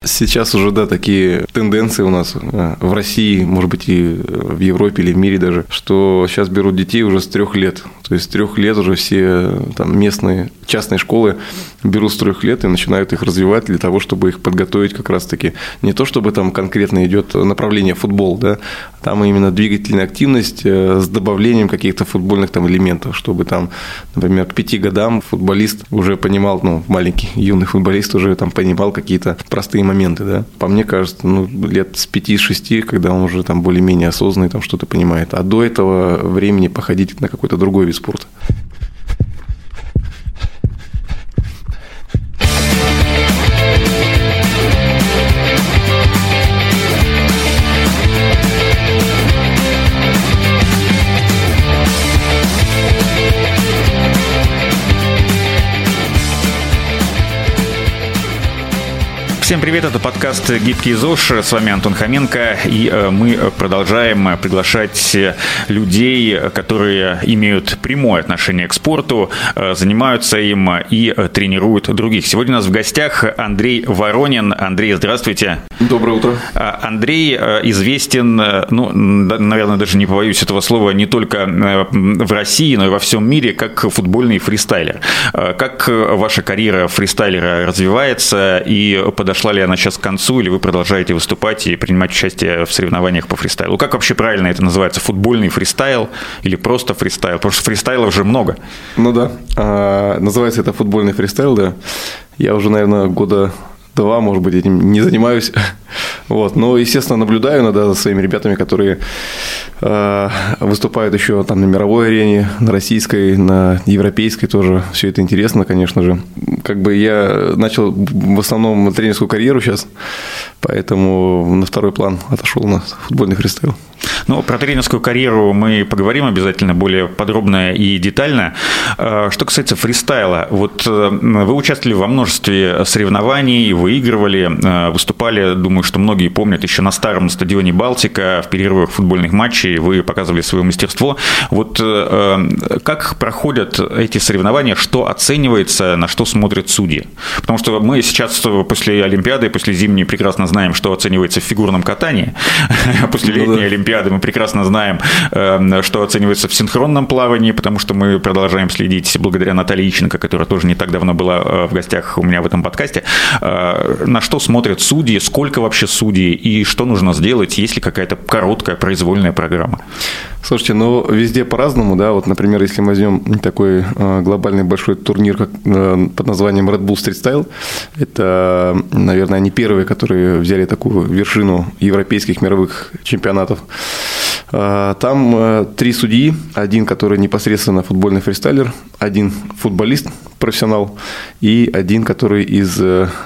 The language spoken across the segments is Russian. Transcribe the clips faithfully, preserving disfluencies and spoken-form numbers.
Сейчас уже, да, такие тенденции у нас в России, может быть, и в Европе или в мире даже, что сейчас берут детей уже с трех лет. То есть с трех лет уже все там местные частные школы берут с трех лет и начинают их развивать для того, чтобы их подготовить как раз-таки. Не то, чтобы там конкретно идет направление футбол, да, там именно двигательная активность с добавлением каких-то футбольных там элементов, чтобы там, например, к пяти годам футболист уже понимал, ну, маленький юный футболист уже там понимал какие-то простые моменты, да. По мне кажется, ну, лет с пяти-шести, когда он уже там более-менее осознанный, там что-то понимает. А до этого времени походить на какой-то другой вид спорта. Всем привет, это подкаст «Гибкий ЗОЖ», с вами Антон Хоменко, и мы продолжаем приглашать людей, которые имеют прямое отношение к спорту, занимаются им и тренируют других. Сегодня у нас в гостях Андрей Воронин. Андрей, здравствуйте. Доброе утро. Андрей известен, ну, наверное, даже не побоюсь этого слова, не только в России, но и во всем мире, как футбольный фристайлер. Как ваша карьера фристайлера развивается и подошла Шла ли она сейчас к концу, или вы продолжаете выступать и принимать участие в соревнованиях по фристайлу? Как вообще правильно это называется? Футбольный фристайл или просто фристайл? Потому что фристайлов уже много. Ну да, а, называется это футбольный фристайл, да. Я уже, наверное, года два, может быть, этим не занимаюсь. Вот. Но, естественно, наблюдаю иногда за своими ребятами, которые э, выступают еще там на мировой арене, на российской, на европейской тоже. Все это интересно, конечно же. Как бы я начал в основном тренерскую карьеру сейчас, поэтому на второй план отошел на футбольный фристайл. Ну, про тренерскую карьеру мы поговорим обязательно более подробно и детально. Что касается фристайла, вот вы участвовали во множестве соревнований, выигрывали, выступали, думаю, что многие помнят, еще на старом стадионе «Балтика» в перерывах футбольных матчей вы показывали свое мастерство. Вот как проходят эти соревнования, что оценивается, на что смотрят судьи? Потому что мы сейчас после Олимпиады, после зимней прекрасно знаем, что оценивается в фигурном катании, после летней Олимпиады мы прекрасно знаем, что оценивается в синхронном плавании, потому что мы продолжаем следить благодаря Наталье Иченко, которая тоже не так давно была в гостях у меня в этом подкасте. На что смотрят судьи, сколько вообще судей и что нужно сделать, есть ли какая-то короткая произвольная программа? Слушайте, ну везде по-разному, да, вот, например, если мы возьмем такой глобальный большой турнир как, под названием Red Bull Street Style, это, наверное, они первые, которые взяли такую вершину европейских мировых чемпионатов. Там три судьи, один, который непосредственно футбольный фристайлер, один футболист, профессионал, и один, который из...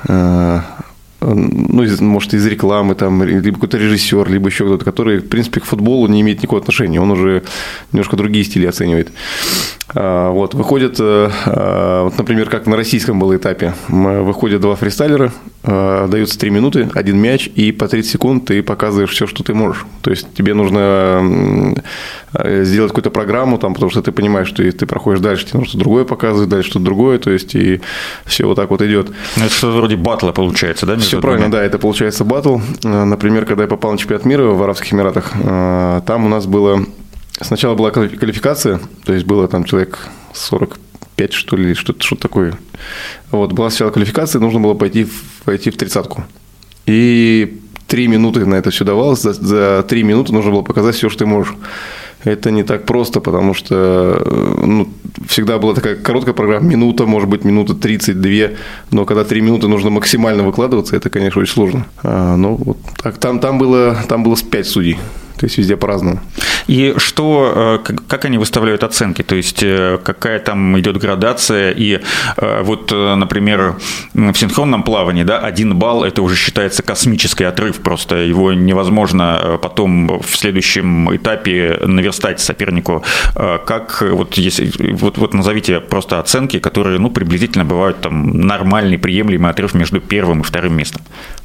ну, может, из рекламы, там, либо какой-то режиссер, либо еще кто-то, который, в принципе, к футболу не имеет никакого отношения, он уже немножко другие стили оценивает. Вот, выходят, вот, например, как на российском было этапе, выходят два фристайлера, даются три минуты, один мяч, и по тридцать секунд ты показываешь все, что ты можешь. То есть тебе нужно сделать какую-то программу, там, потому что ты понимаешь, что ты проходишь дальше, тебе нужно что-то другое показывать, дальше что-то другое, то есть и все вот так вот идет. Это что-то вроде батла получается, да? Все правильно, да, это получается батл. Например, когда я попал на чемпионат мира в Арабских Эмиратах, там у нас было... Сначала была квалификация, то есть было там человек сорок пять, что ли, что-то, что-то такое. Вот, была сначала квалификация, нужно было пойти, пойти в тридцатку. И три минуты на это все давалось, за, за три минуты нужно было показать все, что ты можешь. Это не так просто, потому что ну, всегда была такая короткая программа, минута, может быть, минута тридцать две, но когда три минуты нужно максимально выкладываться, это, конечно, очень сложно. А, ну, вот так, там, там, было, там было пять судей. То есть везде по-разному. И что, как они выставляют оценки? То есть какая там идет градация? И вот, например, в синхронном плавании, да, один балл – это уже считается космический отрыв, просто его невозможно потом в следующем этапе наверстать сопернику. Как, вот, если, вот, вот назовите просто оценки, которые, ну, приблизительно бывают там нормальный, приемлемый отрыв между первым и вторым местом.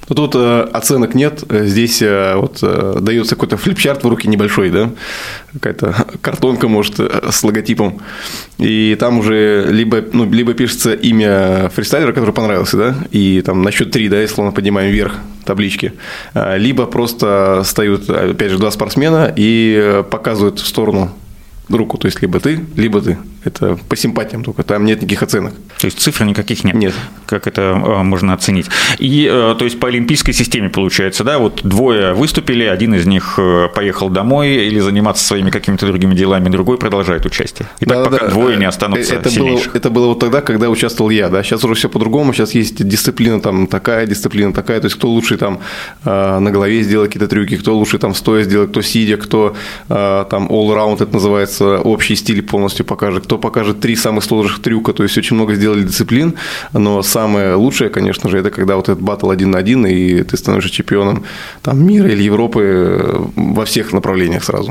Ну, тут э, оценок нет, здесь э, вот э, дается какой-то флипчарт в руки небольшой, да, какая-то картонка, может, с логотипом, и там уже либо, ну, либо пишется имя фристайлера, который понравился, да, и там на счет три, да, если мы поднимаем вверх таблички, либо просто встают, опять же, два спортсмена и показывают в сторону руку, то есть либо ты, либо ты. Это по симпатиям только, там нет никаких оценок. То есть цифр никаких нет? Нет. Как это можно оценить? И, то есть, по олимпийской системе получается, да, вот двое выступили, один из них поехал домой или заниматься своими какими-то другими делами, другой продолжает участие. И так, да, пока да, двое не останутся это сильнейших. Было, это было вот тогда, когда участвовал я, да, сейчас уже все по-другому, сейчас есть дисциплина там такая, дисциплина такая, то есть, кто лучше там на голове сделать какие-то трюки, кто лучше там стоя сделать, кто сидя, кто там all-round, это называется, общий стиль полностью покажет, кто покажет три самых сложных трюка, то есть очень много сделали дисциплин, но самое лучшее, конечно же, это когда вот этот баттл один на один, и ты становишься чемпионом там, мира или Европы во всех направлениях сразу.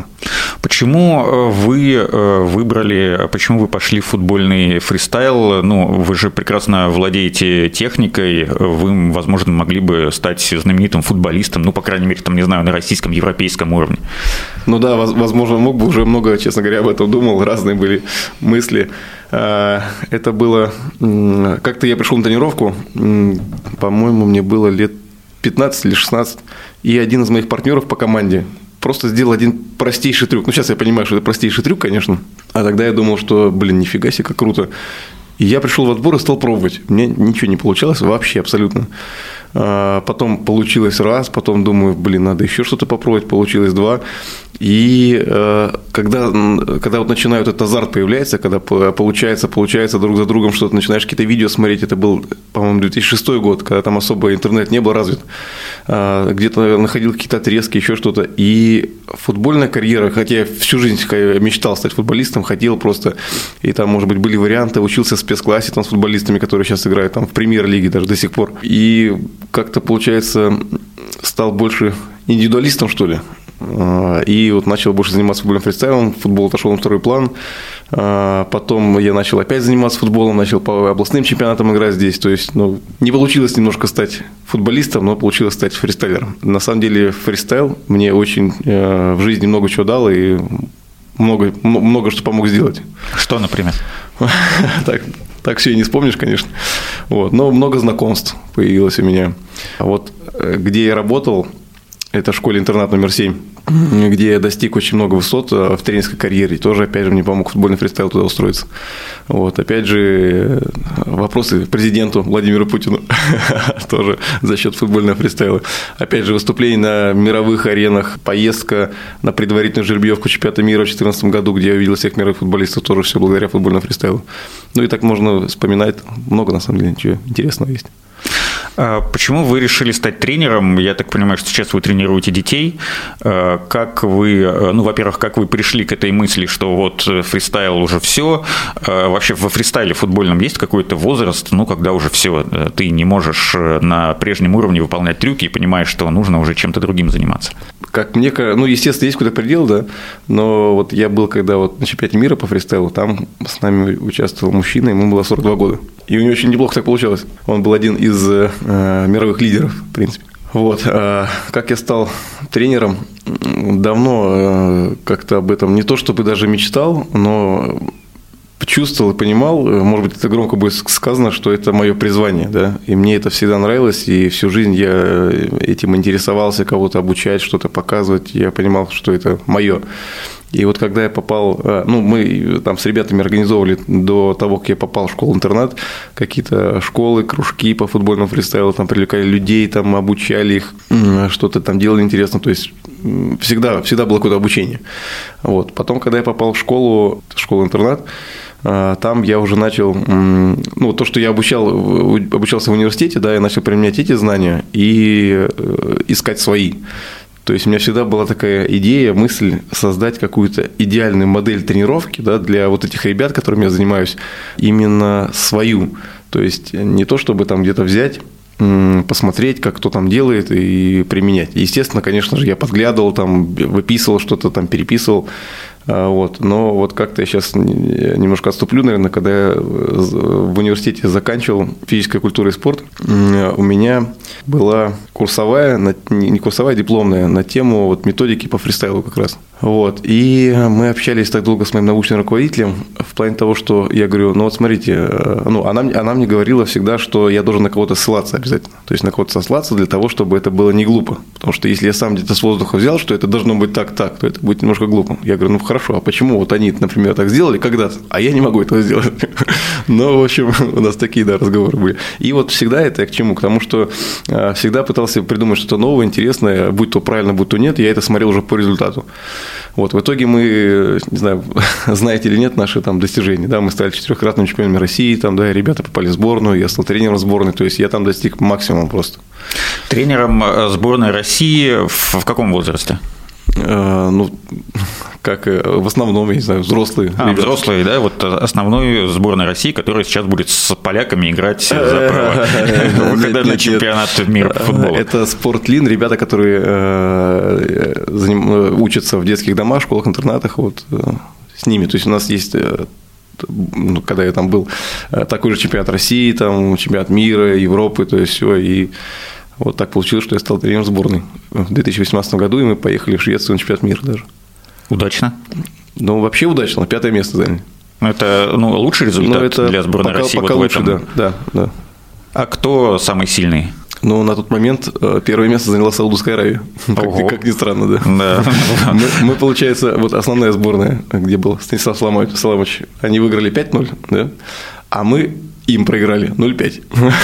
Почему вы выбрали, почему вы пошли в футбольный фристайл? Ну, вы же прекрасно владеете техникой, вы, возможно, могли бы стать знаменитым футболистом, ну, по крайней мере, там, не знаю, на российском, европейском уровне. Ну да, возможно, мог бы, уже много, честно говоря, об этом думал, разные были мысли. Это было... Как-то я пришел на тренировку, по-моему, мне было лет пятнадцать или шестнадцать, и один из моих партнеров по команде просто сделал один простейший трюк. Ну, сейчас я понимаю, что это простейший трюк, конечно, а тогда я думал, что, блин, нифига себе, как круто. И я пришел в отбор и стал пробовать. Мне ничего не получалось вообще абсолютно. Потом получилось раз, потом думаю, блин, надо еще что-то попробовать, получилось два. И когда, когда вот начинает этот азарт появляется, когда получается, получается друг за другом что-то, начинаешь какие-то видео смотреть, это был, по-моему, две тысячи шестой год, когда там особо интернет не был развит, где-то находил какие-то отрезки, еще что-то. И футбольная карьера, хотя я всю жизнь мечтал стать футболистом, хотел просто, и там, может быть, были варианты, учился в спецклассе там, с футболистами, которые сейчас играют там, в премьер-лиге даже до сих пор. И как-то, получается, стал больше индивидуалистом, что ли. И вот начал больше заниматься футбольным фристайлом, футбол отошел на второй план. Потом я начал опять заниматься футболом, начал по областным чемпионатам играть здесь. То есть, ну, не получилось немножко стать футболистом, но получилось стать фристайлером. На самом деле фристайл мне очень в жизни много чего дал и много, много что помог сделать. Что, например? Так, так все и не вспомнишь, конечно. Вот. Но много знакомств появилось у меня. Вот где я работал, это в школе-интернат номер семь, где я достиг очень много высот в тренерской карьере. Тоже, опять же, мне помог футбольный фристайл туда устроиться. Вот. Опять же, вопросы президенту Владимиру Путину тоже за счет футбольного фристайла. Опять же, выступление на мировых аренах, поездка на предварительную жеребьевку чемпионата мира в две тысячи четырнадцатом году, где я увидел всех мировых футболистов, тоже все благодаря футбольному фристайлу. Ну и так можно вспоминать. Много, на самом деле, чего интересного есть. Почему вы решили стать тренером? Я так понимаю, что сейчас вы тренируете детей. Как вы, ну, во-первых, как вы пришли к этой мысли, что вот фристайл уже все? Вообще во фристайле футбольном есть какой-то возраст, ну, когда уже все, ты не можешь на прежнем уровне выполнять трюки и понимаешь, что нужно уже чем-то другим заниматься? Как мне кажется, ну, естественно, есть какой-то предел, да, но вот я был, когда вот на чемпионате мира по фристайлу, там с нами участвовал мужчина, ему было сорок два года. И у него очень неплохо так получалось. Он был один из э, мировых лидеров, в принципе. Вот. А как я стал тренером, давно э, как-то об этом не то чтобы даже мечтал, но чувствовал и понимал, может быть, это громко будет сказано, что это мое призвание, да, и мне это всегда нравилось, и всю жизнь я этим интересовался, кого-то обучать, что-то показывать, я понимал, что это мое. И вот когда я попал, ну, мы там с ребятами организовывали до того, как я попал в школу-интернат, какие-то школы, кружки по футбольному фристайлу, там привлекали людей, там обучали их, что-то там делали интересно, то есть всегда, всегда было какое-то обучение. Вот. Потом, когда я попал в школу, школу-интернат, там я уже начал, ну, то, что я обучал, обучался в университете, да, я начал применять эти знания и искать свои. То есть у меня всегда была такая идея, мысль создать какую-то идеальную модель тренировки, да, для вот этих ребят, которыми я занимаюсь, именно свою. То есть не то, чтобы там где-то взять, посмотреть, как кто там делает, и применять. Естественно, конечно же, я подглядывал, там, выписывал что-то, там, переписывал. Вот. Но вот как-то я сейчас немножко отступлю, наверное, когда я в университете заканчивал физическая культура и спорт, у меня была курсовая, не курсовая, а дипломная на тему вот методики по фристайлу как раз. Вот. И мы общались так долго с моим научным руководителем в плане того, что я говорю, ну вот смотрите, ну, она, она мне говорила всегда, что я должен на кого-то ссылаться обязательно. То есть на кого-то сослаться для того, чтобы это было не глупо. Потому что если я сам где-то с воздуха взял, что это должно быть так-так, то это будет немножко глупо. Я говорю, ну хорошо, а почему вот они, например, так сделали когда-то, а я не могу этого сделать? Ну, в общем, у нас такие, да, разговоры были. И вот всегда это я к чему? К тому, что всегда пытался придумать что-то новое, интересное, будь то правильно, будь то нет, я это смотрел уже по результату. Вот, в итоге мы, не знаю, знаете или нет наши там достижения, да, мы стали четырехкратными чемпионами России, там, да, ребята попали в сборную, я стал тренером сборной, то есть я там достиг максимума просто. Тренером сборной России в, в каком возрасте? Ну, как в основном, я не знаю, взрослые. А, ребята. Взрослые, да, вот основной сборной России, которая сейчас будет с поляками играть за право выхода на чемпионат мира по футболу. Это Спортлин, ребята, которые учатся в детских домах, школах, интернатах, вот с ними. То есть у нас есть, ну, когда я там был, такой же чемпионат России, там чемпионат мира, Европы, то есть все, и вот так получилось, что я стал тренером сборной в две тысячи восемнадцатом году, и мы поехали в Швецию на чемпионат мира даже. Удачно? Ну, вообще удачно, пятое место заняли. Это, ну, лучший результат это для сборной пока, России? Пока вот лучше, да, да, да. А кто самый сильный? Ну, на тот момент первое место заняла Саудовская Аравия, как, как ни странно, да. да. мы, мы, получается, вот основная сборная, где был Станислав Саламович, они выиграли пять ноль, да, а мы им проиграли ноль пять.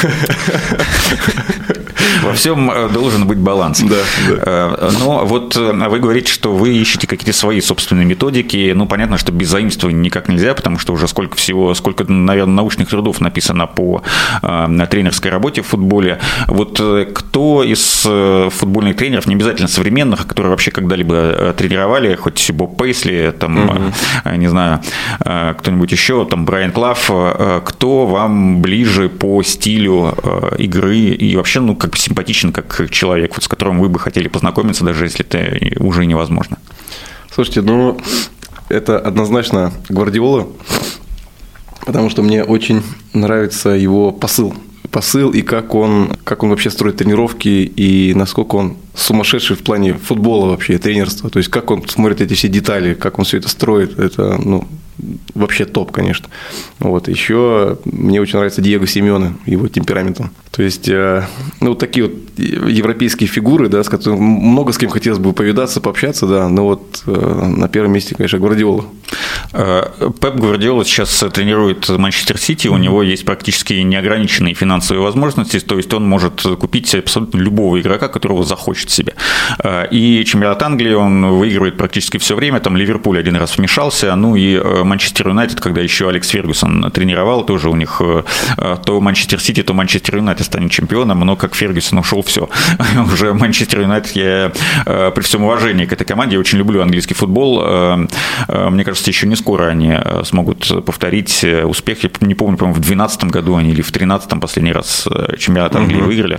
Во всем должен быть баланс. Да, да. Но вот вы говорите, что вы ищете какие-то свои собственные методики. Ну, понятно, что без заимствования никак нельзя, потому что уже сколько всего, сколько, наверное, научных трудов написано по тренерской работе в футболе. Вот кто из футбольных тренеров, не обязательно современных, которые вообще когда-либо тренировали, хоть Боб Пейсли, там, угу. не знаю, кто-нибудь еще, там, Брайан Клафф, кто вам ближе по стилю игры и вообще, ну, как бы симпатичен как человек, вот, с которым вы бы хотели познакомиться, даже если это уже невозможно? Слушайте, ну, это однозначно Гвардиола, потому что мне очень нравится его посыл. Посыл и как он, как он вообще строит тренировки, и насколько он сумасшедший в плане футбола вообще, тренерства. То есть, как он смотрит эти все детали, как он все это строит, это, ну, вообще топ, конечно. Вот. Еще мне очень нравится Диего Симеоне, его темпераментом. То есть, ну, вот такие вот европейские фигуры, да, с которыми много с кем хотелось бы повидаться, пообщаться, да, но вот на первом месте, конечно, Гвардиола. Пеп Гвардиола сейчас тренирует Манчестер Сити, у него есть практически неограниченные финансовые возможности, то есть он может купить абсолютно любого игрока, которого захочет себе. И чемпионат Англии он выигрывает практически все время, там Ливерпуль один раз вмешался, ну и Манчестер Юнайтед, когда еще Алекс Фергюсон тренировал, тоже у них то Манчестер Сити, то Манчестер Юнайтед станет чемпионом, но как Фергюсон ушел, все. Уже Манчестер Юнайтед, я при всем уважении к этой команде, я очень люблю английский футбол, мне кажется, еще не скоро они смогут повторить успех. Я не помню, по-моему, в две тысячи двенадцатом году они или в две тысячи тринадцатом последний раз чемпионат Англии uh-huh. выиграли.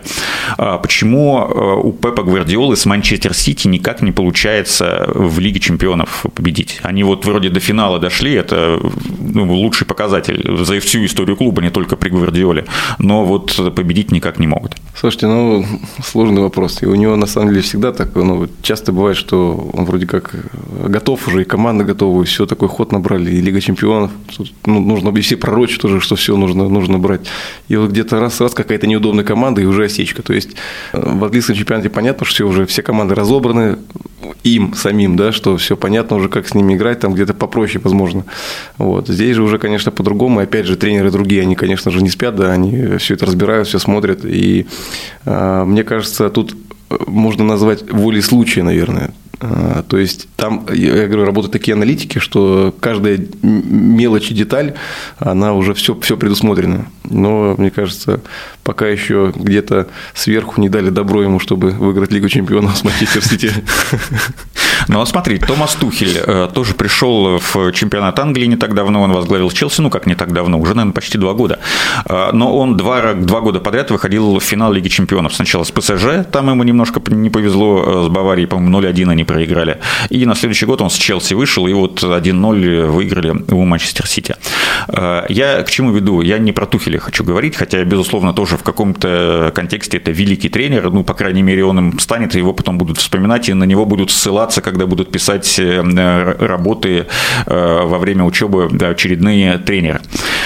Почему у Пепа Гвардиолы с Манчестер Сити никак не получается в Лиге чемпионов победить? Они вот вроде до финала дошли, это, ну, лучший показатель за всю историю клуба, не только при Гвардиоле, но вот победить никак не могут. Слушайте, ну, сложный вопрос. И у него, на самом деле, всегда так, ну, часто бывает, что он вроде как готов уже, и команда готова, и все, такой ход набрали, и Лига чемпионов. Тут, ну, нужно, и все пророчат тоже, что все нужно, нужно брать. И вот где-то раз-раз какая-то неудобная команда, и уже осечка. То есть в английском чемпионате понятно, что все уже, все команды разобраны им самим, да, что все понятно уже, как с ними играть, там где-то попроще, возможно. Вот. Здесь же уже, конечно, по-другому. И опять же, тренеры другие, они, конечно же, не спят, да, они все это разбирают, все смотрят. И э, мне кажется, тут можно назвать волей случая, наверное. То есть там, я говорю, работают такие аналитики, что каждая мелочь и деталь, она уже все, все предусмотрена. Но, мне кажется, пока еще где-то сверху не дали добро ему, чтобы выиграть Лигу чемпионов с Манчестер Сити. Но смотри, Томас Тухель тоже пришел в чемпионат Англии не так давно, он возглавил Челси, ну как не так давно, уже, наверное, почти два года. Но он два, два года подряд выходил в финал Лиги чемпионов. Сначала с ПСЖ, там ему немножко не повезло, с Баварией, по-моему, ноль один они проиграли. И на следующий год он с Челси вышел, и вот один ноль выиграли у Манчестер Сити. Я к чему веду? Я не про Тухеля хочу говорить, хотя, безусловно, тоже в каком-то контексте это великий тренер, ну, по крайней мере, он им станет, его потом будут вспоминать, и на него будут ссылаться, когда будут писать работы во время учебы очередные тренеры.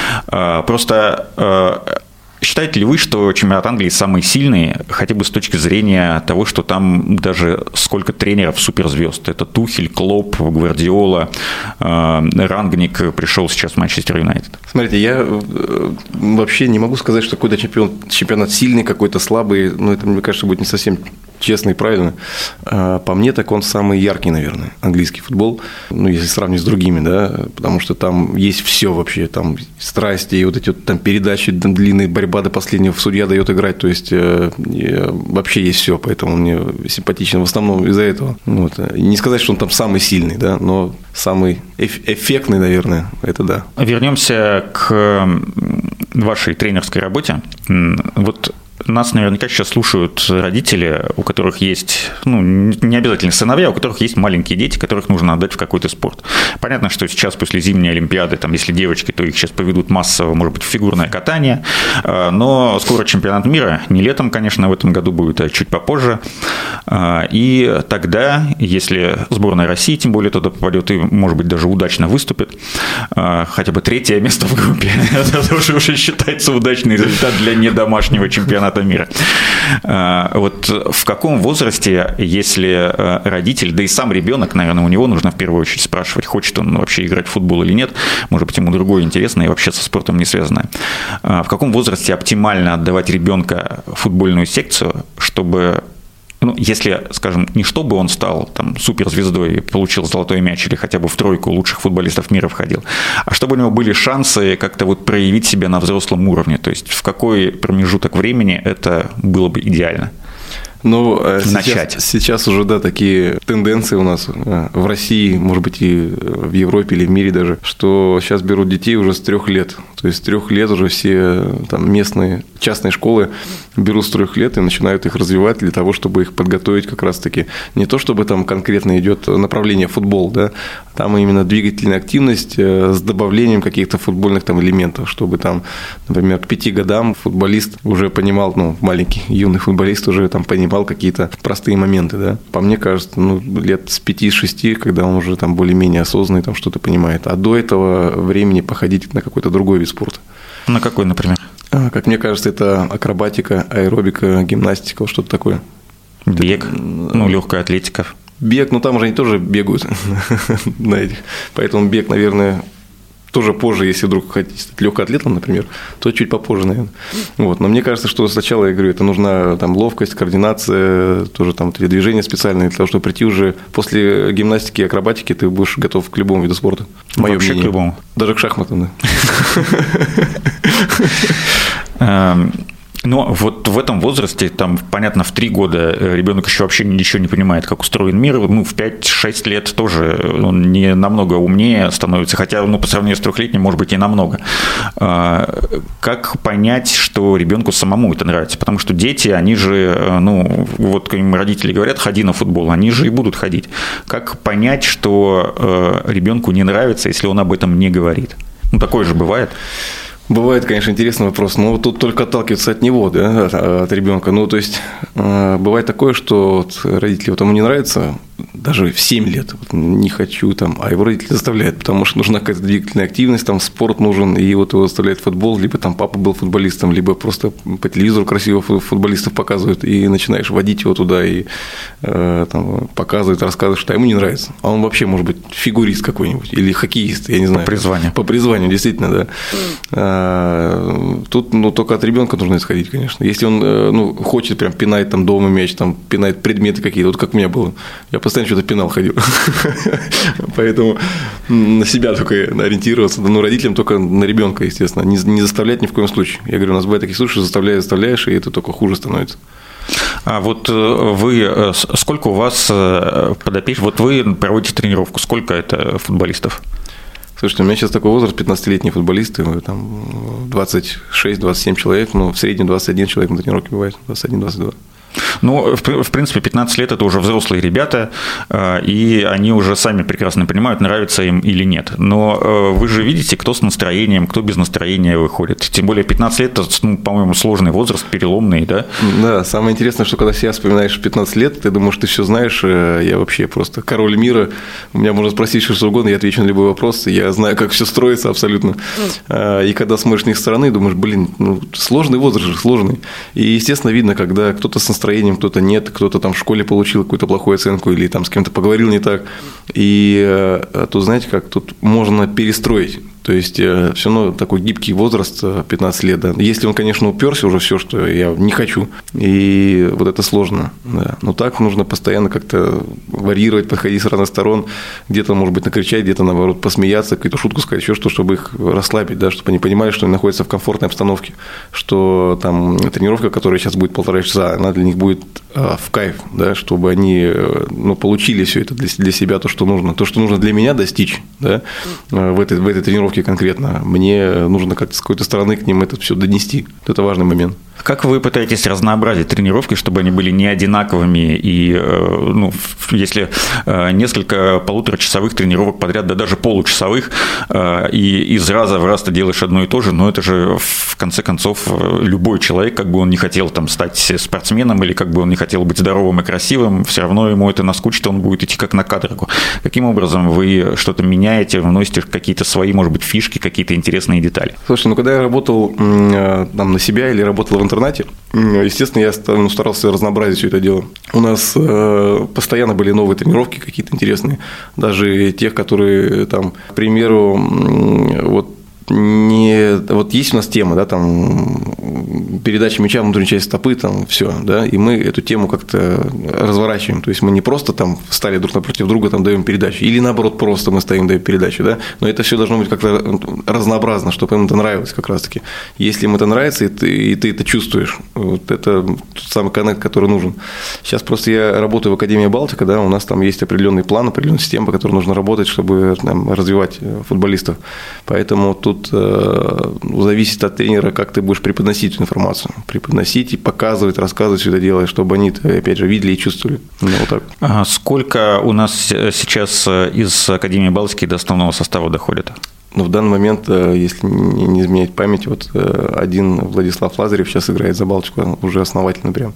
Просто считаете ли вы, что чемпионат Англии самый сильный, хотя бы с точки зрения того, что там даже сколько тренеров суперзвезд? Это Тухель, Клопп, Гвардиола, Рангник пришел сейчас в Манчестер Юнайтед. Смотрите, я вообще не могу сказать, что какой-то чемпионат, чемпионат сильный, какой-то слабый, но это, мне кажется, будет не совсем честно и правильно. По мне, так он самый яркий, наверное, английский футбол, ну, если сравнить с другими, да, потому что там есть все вообще, там страсти, и вот эти вот там передачи, там длинные, борьба до последнего, судья дает играть, то есть вообще есть все, поэтому мне симпатичен в основном из-за этого. Вот. Не сказать, что он там самый сильный, да, но самый эффектный, наверное, это да. Вернемся к вашей тренерской работе. Вот нас наверняка сейчас слушают родители, у которых есть, ну, не обязательно сыновья, у которых есть маленькие дети, которых нужно отдать в какой-то спорт. Понятно, что сейчас после зимней Олимпиады, там, если девочки, то их сейчас поведут массово, может быть, в фигурное катание, но скоро чемпионат мира, не летом, конечно, в этом году будет, а чуть попозже. И тогда, если сборная России, тем более, туда попадет и, может быть, даже удачно выступит, хотя бы третье место в группе, это уже считается удачный результат для недомашнего чемпионата мира. Вот в каком возрасте, если родитель, да и сам ребенок, наверное, у него нужно в первую очередь спрашивать, хочет он вообще играть в футбол или нет, может быть, ему другое интересно и вообще со спортом не связанное. В каком возрасте оптимально отдавать ребенка в футбольную секцию, чтобы... Ну, если, скажем, не чтобы он стал там суперзвездой, получил золотой мяч или хотя бы в тройку лучших футболистов мира входил, а чтобы у него были шансы как-то вот проявить себя на взрослом уровне, то есть в какой промежуток времени это было бы идеально? Ну, сейчас, сейчас уже, да, такие тенденции у нас в России, может быть, и в Европе или в мире даже, что сейчас берут детей уже с трех лет. То есть с трех лет уже все там местные частные школы берут с трех лет и начинают их развивать для того, чтобы их подготовить как раз-таки. Не то, чтобы там конкретно идет направление футбол, да, там именно двигательная активность с добавлением каких-то футбольных там элементов, чтобы там, например, к пяти годам футболист уже понимал, ну, маленький, юный футболист уже там понимал какие-то простые моменты, да. По мне кажется, ну, лет с пяти-шести, когда он уже там более-менее осознанный, там что-то понимает. А до этого времени походить на какой-то другой вид спорта. На какой, например? Как мне кажется, это акробатика, аэробика, гимнастика, что-то такое. Бег, ну, легкая атлетика. Бег, ну, там уже они тоже бегают на этих. Поэтому бег, наверное, тоже позже, если вдруг хотите стать легкоатлетом, например, то чуть попозже, наверное. Вот. Но мне кажется, что сначала, я говорю, это нужна там ловкость, координация, тоже там движения специальные, для того, чтобы прийти уже после гимнастики и акробатики, ты будешь готов к любому виду спорта. Мое Вообще мнение. К любому? Даже к шахматам, да. Но вот в этом возрасте, там, понятно, в три года ребенок еще вообще ничего не понимает, как устроен мир. Ну, в пять-шесть лет тоже он не намного умнее становится, хотя, ну, по сравнению с трехлетним, может быть, и намного. Как понять, что ребенку самому это нравится? Потому что дети, они же, ну, вот им родители говорят, ходи на футбол, они же и будут ходить. Как понять, что ребенку не нравится, если он об этом не говорит? Ну, такое же бывает. Бывает, конечно, интересный вопрос, но тут только отталкиваться от него, да, от ребенка. Ну, то есть, бывает такое, что вот родители, вот ему не нравится, даже в семь лет, вот, не хочу, там, а его родители заставляют, потому что нужна какая-то двигательная активность, там, спорт нужен, и вот его заставляет футбол, либо там папа был футболистом, либо просто по телевизору красиво футболистов показывают, и начинаешь водить его туда, и э, там, показывают, рассказывают, что ему не нравится. А он вообще, может быть, фигурист какой-нибудь, или хоккеист, я не знаю. По призванию. По призванию, действительно, да. Тут, ну, только от ребенка нужно исходить, конечно. Если он, ну, хочет прям пинать там дома мяч, там, пинать предметы какие-то, вот как у меня было. Я постоянно что-то пинал, ходил. Поэтому на себя только ориентироваться. Ну, родителям только на ребенка, естественно. Не, не заставлять ни в коем случае. Я говорю, у нас бывает такие случаи, заставляешь, заставляешь, и это только хуже становится. А вот вы, сколько у вас подопечных, вот вы проводите тренировку, сколько это футболистов? Слушайте, у меня сейчас такой возраст, пятнадцатилетние футболисты, там двадцать шесть - двадцать семь человек, но в среднем двадцать один человек на тренировке бывает, двадцать один - двадцать два. Ну, в принципе, пятнадцать лет – это уже взрослые ребята, и они уже сами прекрасно понимают, нравится им или нет. Но вы же видите, кто с настроением, кто без настроения выходит. Тем более пятнадцать лет – это, ну, по-моему, сложный возраст, переломный, да? Да, самое интересное, что когда себя вспоминаешь пятнадцать лет, ты думаешь, ты все знаешь, я вообще просто король мира, у меня можно спросить что угодно, я отвечу на любой вопрос, я знаю, как все строится абсолютно. И когда смотришь на их стороны, думаешь, блин, ну, сложный возраст же, сложный. И, естественно, видно, когда кто-то с настроением, кто-то нет, кто-то там в школе получил какую-то плохую оценку или там с кем-то поговорил не так. И тут, знаете как, тут можно перестроить. То есть, все равно такой гибкий возраст, пятнадцать лет, да. Если он, конечно, уперся уже все, что я не хочу, и вот это сложно, да. Но так нужно постоянно как-то варьировать, подходить с разных сторон, где-то, может быть, накричать, где-то, наоборот, посмеяться, какую-то шутку сказать, еще что, чтобы их расслабить, да, чтобы они понимали, что они находятся в комфортной обстановке, что там тренировка, которая сейчас будет полтора часа, она для них будет в кайф, да, чтобы они, ну, получили все это для, для себя, то, что нужно, то, что нужно для меня достичь, да, в этой, в этой тренировке конкретно, мне нужно как-то с какой-то стороны к ним это все донести. Это важный момент. Как вы пытаетесь разнообразить тренировки, чтобы они были не одинаковыми, и, ну, если несколько полуторачасовых тренировок подряд, да даже получасовых, и из раза в раз ты делаешь одно и то же, но это же, в конце концов, любой человек, как бы он не хотел там стать спортсменом, или как бы он не хотел быть здоровым и красивым, все равно ему это наскучит, он будет идти как на каторгу. Каким образом вы что-то меняете, вносите какие-то свои, может быть, фишки, какие-то интересные детали? Слушай, ну когда я работал там на себя или работал в интернате, естественно, я ну, старался разнообразить все это дело. У нас э, постоянно были новые тренировки какие-то интересные, даже тех, которые, там, к примеру, вот не вот есть у нас тема, да, там передача мяча в внутренней части стопы, там все, да, и мы эту тему как-то разворачиваем, то есть мы не просто там встали друг напротив друга, там даем передачу, или наоборот просто мы стоим, даем передачу, да, но это все должно быть как-то разнообразно, чтобы им это нравилось как раз-таки. Если им это нравится, и ты, и ты это чувствуешь, вот это тот самый коннект, который нужен. Сейчас просто я работаю в Академии Балтика, да, у нас там есть определенный план, определенная система, по которой нужно работать, чтобы там развивать футболистов, поэтому тут зависит от тренера, как ты будешь преподносить эту информацию. Преподносить и показывать, рассказывать все это дело, чтобы они, опять же, видели и чувствовали. Ну, вот так. А сколько у нас сейчас из Академии Балтики до основного состава доходит? Ну, в данный момент, если не изменять память, вот один Владислав Лазарев сейчас играет за Балтику, уже основательно прям.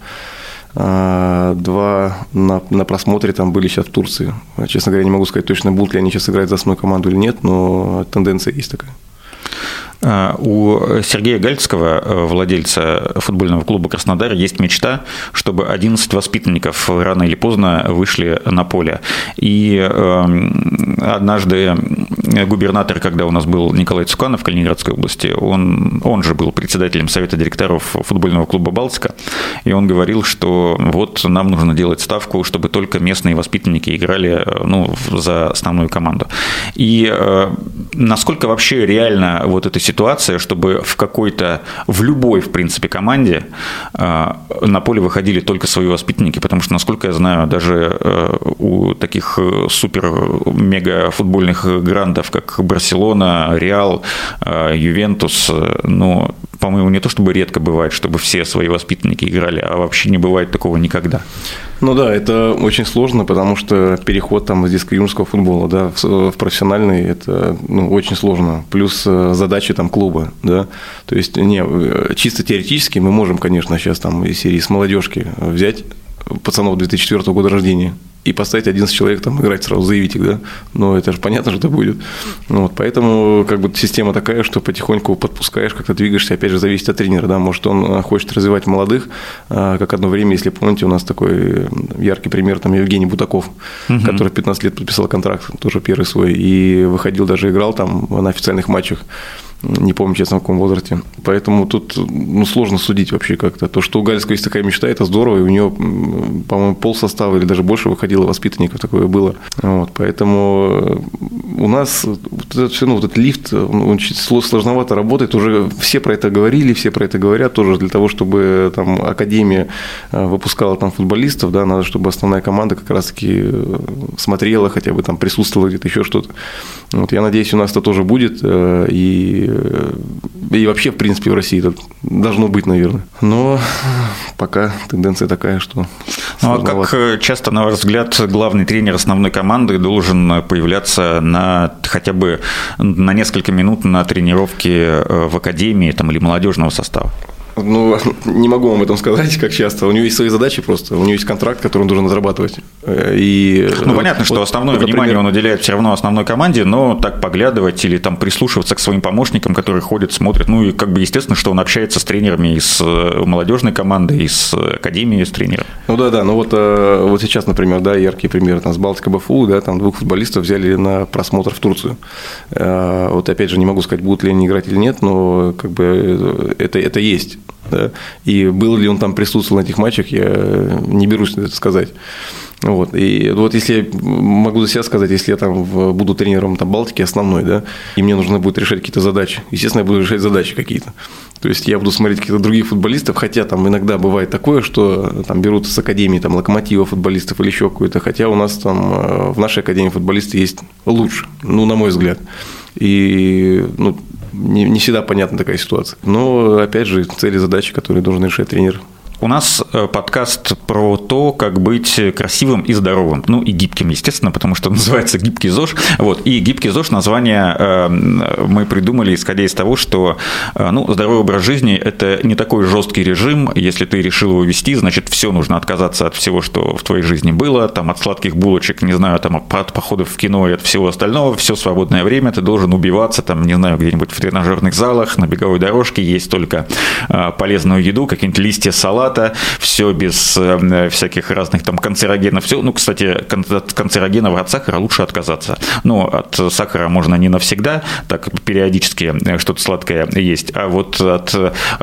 Два на, на просмотре там были сейчас в Турции. Честно говоря, не могу сказать точно, будут ли они сейчас играть за основную команду или нет, но тенденция есть такая. У Сергея Гальцкого, владельца футбольного клуба «Краснодар», есть мечта, чтобы одиннадцать воспитанников рано или поздно вышли на поле. И однажды губернатор, когда у нас был Николай Цуканов в Калининградской области, он, он же был председателем совета директоров футбольного клуба «Балтика», и он говорил, что вот нам нужно делать ставку, чтобы только местные воспитанники играли, ну, за основную команду. И насколько вообще реально вот эта ситуация, чтобы в какой-то, в любой, в принципе, команде на поле выходили только свои воспитанники, потому что, насколько я знаю, даже у таких супер-мега футбольных грандов, как Барселона, Реал, Ювентус, ну, по-моему, не то чтобы редко бывает, чтобы все свои воспитанники играли, а вообще не бывает такого никогда. Ну да, это очень сложно, потому что переход там из детско-юношеского футбола, да, в, в профессиональный, это, ну, очень сложно. Плюс задачи там клуба, да. То есть, не, чисто теоретически мы можем, конечно, сейчас там из серии с молодежки взять пацанов две тысячи четвёртого года рождения и поставить одиннадцать человек там играть, сразу заявить их, да, но это же понятно, что это будет. Вот, поэтому как бы система такая, что потихоньку подпускаешь, как-то двигаешься, опять же, зависит от тренера, да, может, он хочет развивать молодых, как одно время, если помните, у нас такой яркий пример, там, Евгений Бутаков, угу. который в пятнадцать лет подписал контракт, тоже первый свой, и выходил, даже играл там на официальных матчах. Не помню, честно, в каком возрасте. Поэтому тут ну, сложно судить вообще как-то. То, что у Галицкого есть такая мечта, это здорово. И у нее, по-моему, полсостава или даже больше выходило воспитанников, такое было. Вот, поэтому у нас вот этот, все, ну, вот этот лифт, он чуть сложновато работает. Уже все про это говорили, все про это говорят. Тоже для того, чтобы там академия выпускала там футболистов, да, надо, чтобы основная команда как раз-таки смотрела, хотя бы там присутствовала где-то, еще что-то. Вот, я надеюсь, у нас это тоже будет. И И вообще, в принципе, в России это должно быть, наверное. Но пока тенденция такая, что... Ну, а как часто, на ваш взгляд, главный тренер основной команды должен появляться на хотя бы на несколько минут на тренировке в академии там, или молодежного состава? Ну, не могу вам об этом сказать, как часто. У него есть свои задачи просто. У него есть контракт, который он должен отрабатывать. И, ну, понятно, вот, что основное вот, внимание например... он уделяет все равно основной команде, но так поглядывать или там прислушиваться к своим помощникам, которые ходят, смотрят. Ну, и как бы естественно, что он общается с тренерами из молодежной команды, из академии, с тренером. Ну, да-да. Ну, вот, вот сейчас, например, да, яркий пример. Там, с Балтика БФУ, да, там двух футболистов взяли на просмотр в Турцию. Вот опять же, не могу сказать, будут ли они играть или нет, но как бы это, это есть. Да? И был ли он там присутствовал на этих матчах, я не берусь это сказать. Вот. И вот если я могу за себя сказать, если я там буду тренером там, Балтики основной, да, и мне нужно будет решать какие-то задачи, естественно, я буду решать задачи какие-то. То есть я буду смотреть каких-то других футболистов, хотя там иногда бывает такое, что там берут с академии там, Локомотива футболистов или еще какой-то, хотя у нас там в нашей академии футболисты есть лучше, ну, на мой взгляд. И ну, не, не всегда понятна такая ситуация. Но, опять же, цели, задачи, которые должен решать тренер. У нас подкаст про то, как быть красивым и здоровым. Ну, и гибким, естественно, потому что называется «Гибкий ЗОЖ». Вот. И «Гибкий ЗОЖ» название мы придумали, исходя из того, что ну, здоровый образ жизни – это не такой жесткий режим. Если ты решил его вести, значит, все нужно отказаться от всего, что в твоей жизни было, там, от сладких булочек, не знаю, там, от походов в кино и от всего остального. Все свободное время ты должен убиваться, там, не знаю, где-нибудь в тренажерных залах, на беговой дорожке, есть только полезную еду, какие-нибудь листья салата, все без э, всяких разных там канцерогенов. Все. Ну, кстати, от канцерогенов, от сахара лучше отказаться. Ну, от сахара можно не навсегда, так периодически что-то сладкое есть. А вот от...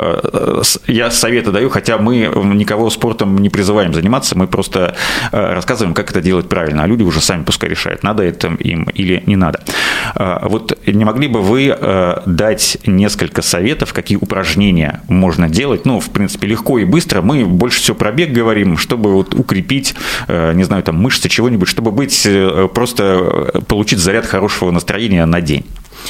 Э, я советы даю, хотя мы никого спортом не призываем заниматься, мы просто э, рассказываем, как это делать правильно, а люди уже сами пускай решают, надо это им или не надо. Э, вот не могли бы вы э, дать несколько советов, какие упражнения можно делать? Ну, в принципе, легко и быстро. Мы больше всего про бег говорим, чтобы вот укрепить, не знаю, там мышцы, чего-нибудь, чтобы быть, просто получить заряд хорошего настроения на день.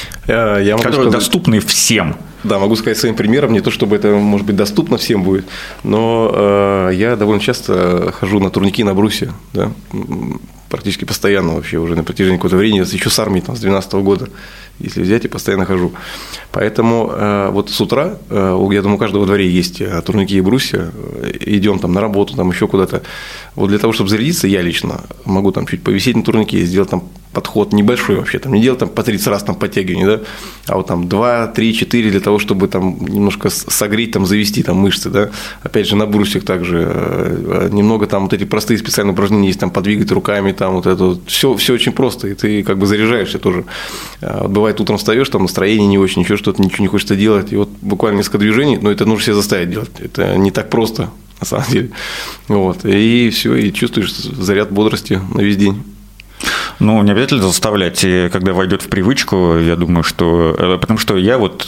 Я, я которые сказать, доступны всем. Да, могу сказать своим примером, не то чтобы это, может быть, доступно всем будет, но э, я довольно часто хожу на турники на брусе, да, практически постоянно вообще уже на протяжении какого-то времени, еще с армией, там, с две тысячи двенадцатого года, если взять, и постоянно хожу. Поэтому э, вот с утра, э, я думаю, у каждого во дворе есть турники и брусья, идем там на работу, там еще куда-то. Вот для того, чтобы зарядиться, я лично могу там чуть повисеть на турнике, сделать там подход небольшой вообще, там не делать там по тридцать раз там подтягивание, да, а вот там два, три, четыре для того, чтобы там немножко согреть, там завести там мышцы, да. Опять же, на брусьях также э, немного там вот эти простые специальные упражнения есть, там подвигать руками, там вот это вот. Все, все очень просто, и ты как бы заряжаешься тоже. Бывает, утром встаешь, там настроение не очень, еще что-то, ничего не хочется делать, и вот буквально несколько движений, но это нужно себя заставить делать, это не так просто, на самом деле. Вот, и все, и чувствуешь заряд бодрости на весь день. Ну, не обязательно заставлять, и когда войдет в привычку, я думаю, что... Потому что я вот,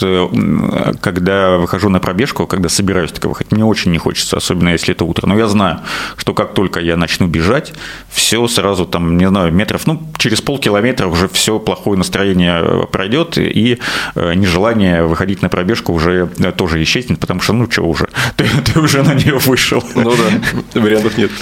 когда выхожу на пробежку, когда собираюсь так выходить, мне очень не хочется, особенно если это утро. Но я знаю, что как только я начну бежать, все сразу там, не знаю, метров, ну, через полкилометра уже все плохое настроение пройдет, и нежелание выходить на пробежку уже тоже исчезнет, потому что, ну, что уже, ты, ты уже на нее вышел. Ну да, вариантов нет.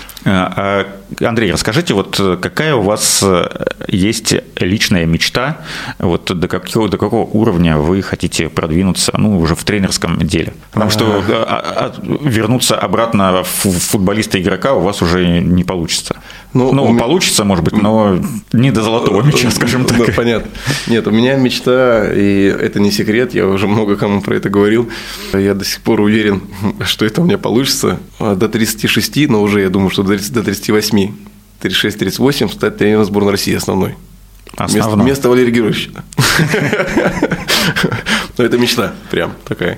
Андрей, расскажите, вот какая у вас есть личная мечта, вот до какого, до какого уровня вы хотите продвинуться, ну, уже в тренерском деле? Потому что вернуться обратно в футболиста-игрока у вас уже не получится. Ну, ну меня... получится, может быть, но не до золотого мяча, скажем так. Да, понятно. Нет, у меня мечта, и это не секрет, я уже много кому про это говорил. Я до сих пор уверен, что это у меня получится до тридцати шести, но уже, я думаю, что до тридцати восьми, тридцать шесть тридцать восемь стать тренером сборной России основной. Основной. Вместо, вместо Валерия Георгиевича. Это мечта прям такая.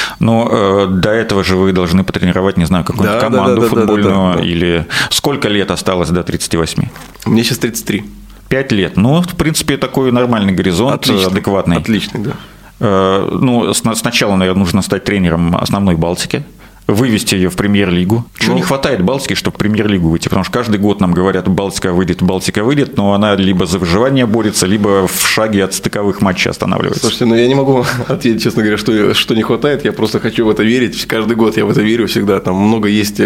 Но до этого же вы должны потренировать, не знаю, какую-нибудь команду футбольную, или сколько лет осталось до тридцати восьми? Мне сейчас тридцать три. Пять лет. Ну, в принципе, такой нормальный горизонт, отличный, адекватный. Отличный, да. Ну, сначала, наверное, нужно стать тренером основной Балтики, вывести ее в премьер-лигу. Чего ну, не хватает Балтики, чтобы в премьер-лигу выйти? Потому что каждый год нам говорят, Балтика выйдет, Балтика выйдет, но она либо за выживание борется, либо в шаге от стыковых матчей останавливается. Слушайте, ну я не могу ответить, честно говоря, что, что не хватает. Я просто хочу в это верить. Каждый год я в это верю всегда. Там много есть,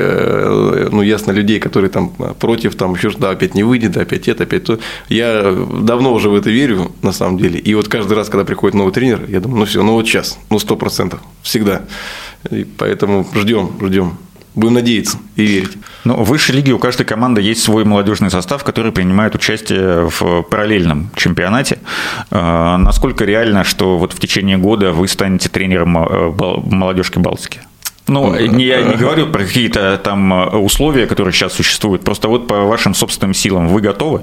ну, ясно, людей, которые там против, там еще что-то, да, опять не выйдет, да, опять это, опять то. Я давно уже в это верю, на самом деле. И вот каждый раз, когда приходит новый тренер, я думаю, ну все, ну вот сейчас, ну сто процентов, всегда. И поэтому ждем, ждем. Будем надеяться и верить. Ну, в высшей лиге у каждой команды есть свой молодежный состав, который принимает участие в параллельном чемпионате. Насколько реально, что вот в течение года вы станете тренером молодежки Балтики? Ну, не, я не говорю про какие-то там условия, которые сейчас существуют. Просто вот по вашим собственным силам вы готовы?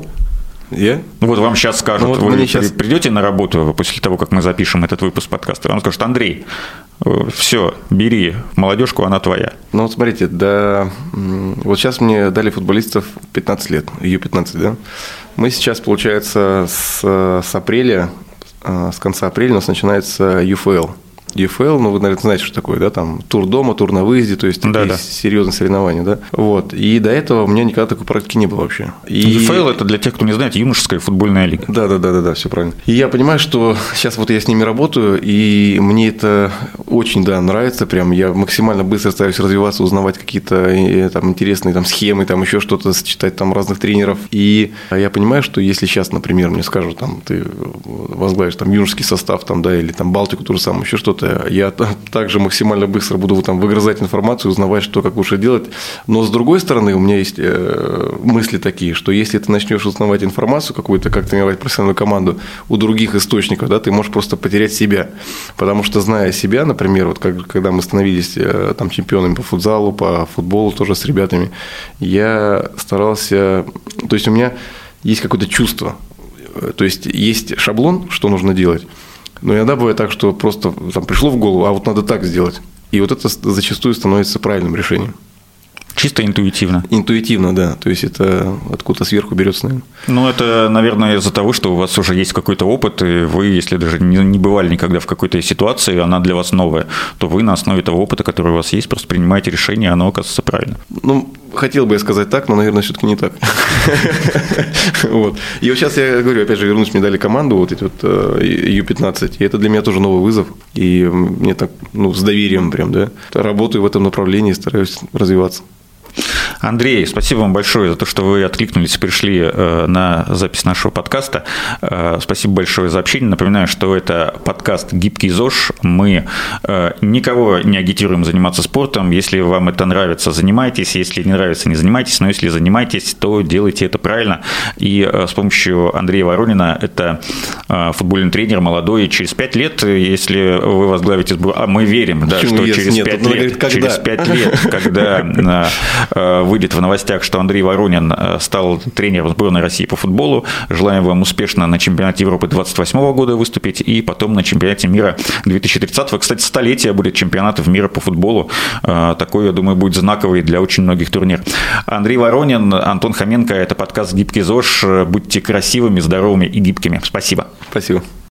Я? Ну, вот вам сейчас скажут, ну, вот вы сейчас... придете на работу после того, как мы запишем этот выпуск подкаста, вам скажут: Андрей, все, бери молодежку, она твоя. Ну, вот смотрите, да, вот сейчас мне дали футболистов пятнадцать лет, ю пятнадцать, да. Мы сейчас, получается, с, с апреля, с конца апреля у нас начинается ю эф эл. ю эф эл, ну, вы, наверное, знаете, что такое, да, там тур дома, тур на выезде, то есть такие да, серьезные да. соревнования, да. Вот. И до этого у меня никогда такой практики не было вообще. И... ю эф эл – это, для тех, кто не знает, юношеская футбольная лига. Да, да, да, да, да, все правильно. И я понимаю, что сейчас вот я с ними работаю, и мне это очень, да, нравится, прям я максимально быстро стараюсь развиваться, узнавать какие-то там интересные там схемы, там еще что-то, читать там разных тренеров. И я понимаю, что если сейчас, например, мне скажут, там, ты возглавишь там юношеский состав, там, да, или там Балтику, ту же самую, еще что-то, я также максимально быстро буду там выгрызать информацию, узнавать, что, как лучше делать. Но с другой стороны, у меня есть мысли такие, что если ты начнешь узнавать информацию какую-то, как тренировать профессиональную команду у других источников, да, ты можешь просто потерять себя. Потому что, зная себя, например, вот как, когда мы становились там чемпионами по футзалу, по футболу тоже с ребятами, я старался, то есть у меня есть какое-то чувство, то есть есть шаблон, что нужно делать. Но иногда бывает так, что просто там пришло в голову, а вот надо так сделать. И вот это зачастую становится правильным решением. Чисто интуитивно. Интуитивно, да. То есть это откуда-то сверху берется, наверное. Ну, это, наверное, из-за того, что у вас уже есть какой-то опыт, и вы, если даже не бывали никогда в какой-то ситуации, она для вас новая, то вы на основе того опыта, который у вас есть, просто принимаете решение, и оно оказывается правильным. Ну, хотел бы я сказать так, но, наверное, все-таки не так. Вот. И вот сейчас я говорю, опять же, вернусь, мне дали команду, вот эти вот ю пятнадцать, и это для меня тоже новый вызов, и мне так, ну, с доверием прям, да, работаю в этом направлении, стараюсь развиваться. Андрей, спасибо вам большое за то, что вы откликнулись и пришли на запись нашего подкаста. Спасибо большое за общение. Напоминаю, что это подкаст «Гибкий ЗОЖ». Мы никого не агитируем заниматься спортом. Если вам это нравится, занимайтесь. Если не нравится, не занимайтесь. Но если занимаетесь, то делайте это правильно. И с помощью Андрея Воронина, это футбольный тренер, молодой, через пять лет, если вы возглавите сборную, а мы верим, да, что через пять лет, через пять лет, когда выйдет в новостях, что Андрей Воронин стал тренером сборной России по футболу. Желаем вам успешно на чемпионате Европы двадцать восьмого года выступить и потом на чемпионате мира две тысячи тридцатого. Кстати, столетие будет чемпионатов мира по футболу. Такой, я думаю, будет знаковый для очень многих турниров. Андрей Воронин, Антон Хоменко. Это подкаст «Гибкий ЗОЖ». Будьте красивыми, здоровыми и гибкими. Спасибо. Спасибо.